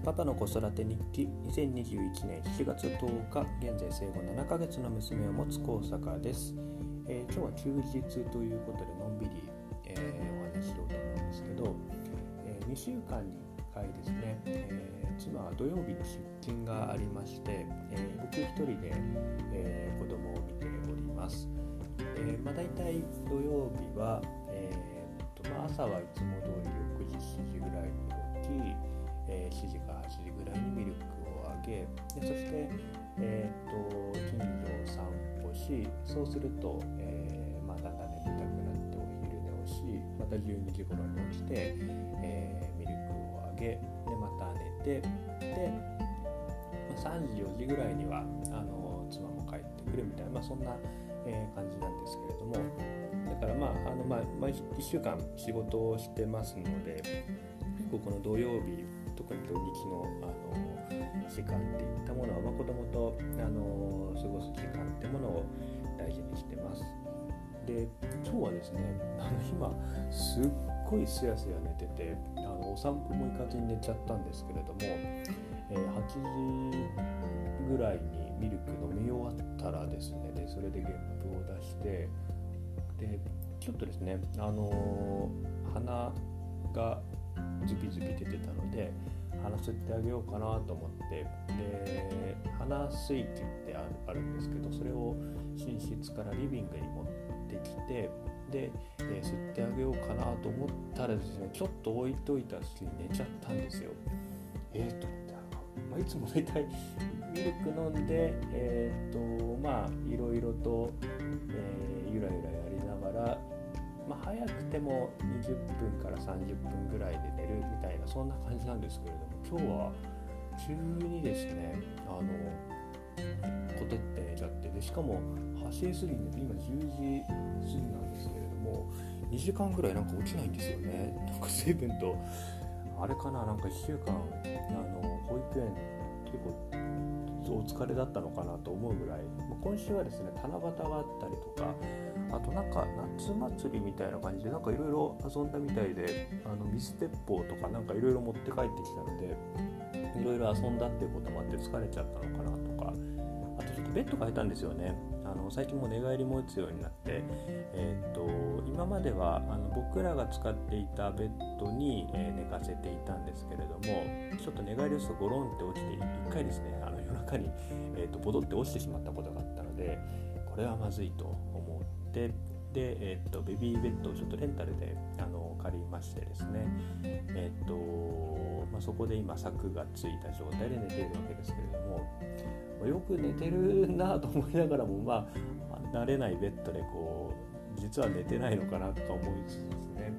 パパの子育て日記2021年7月10日、現在生後7ヶ月の娘を持つ高坂です。今日は休日ということでのんびり、お話ししようと思うんですけど、2週間に1回ですね、妻は土曜日に出勤がありまして、僕一人で、子供を見ております。だいたい土曜日は、朝はいつも通り6時、7時ぐらいに起き、7時から8時ぐらいにミルクをあげ、でそして、近所を散歩し、そうすると、だんだん寝てたくなってお昼寝をし、また12時頃に起きて、ミルクをあげ、でまた寝て、で、3時4時ぐらいには妻も帰ってくるみたいな、そんな、感じなんですけれども、だから1週間仕事をしてますので、この土曜日、特に土日の時間っていったものは、子供と過ごす時間ってものを大事にしてます。で、今日はですね、今すっごいすやすや寝てて、お散歩も行かずに寝ちゃったんですけれども、8時ぐらいにミルク飲み終わったらですね、でそれでゲップを出して、でちょっとですね、鼻がズビズビ出てたので、鼻吸ってあげようかなと思って、で鼻吸器ってあるんですけど、それを寝室からリビングに持ってきて、で、吸ってあげようかなと思ったらですね、ちょっと置いといた隙に寝ちゃったんですよ。と思って、いつも大体ミルク飲んで、いろいろと、ゆらゆらやりながら、早くても20分から30分ぐらいで寝るみたいな、そんな感じなんですけれども、今日は急にですね、コテって寝ちゃって、でしかも8時過ぎに、今10時過ぎなんですけれども、2時間ぐらい起きないんですよね。随分とあれかな、1週間保育園結構お疲れだったのかなと思うぐらい、今週はですね、七夕があったりとか、あと夏祭りみたいな感じでいろいろ遊んだみたいで、水鉄砲とかいろいろ持って帰ってきたので、いろいろ遊んだっていうこともあって疲れちゃったのかなとか、あとちょっとベッド変えたんですよね。最近も寝返りも打つようになって、今までは僕らが使っていたベッドに、寝かせていたんですけれども、ちょっと寝返り打つとゴロンって落ちて、一回ですね、夜中に、ボドって落ちてしまったことがあったので、これはまずいと思って、で、ベビーベッドをちょっとレンタルで借りましてですね、そこで今柵がついた状態で寝ているわけですけれども、よく寝てるなと思いながらも、慣れないベッドで実は寝てないのかなとか思いつつですね、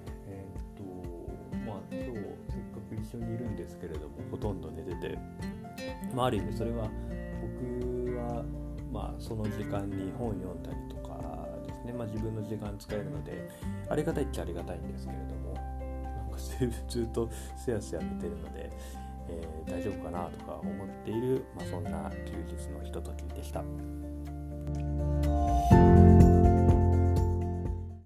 今日せっかく一緒にいるんですけれども、ほとんど寝てて、ある意味それは僕はその時間に本読んだりとかですね、自分の時間使えるのでありがたいっちゃありがたいんですけれども、ずっとすやすや寝てるので、大丈夫かなとか思っている、そんな休日のひとときでした。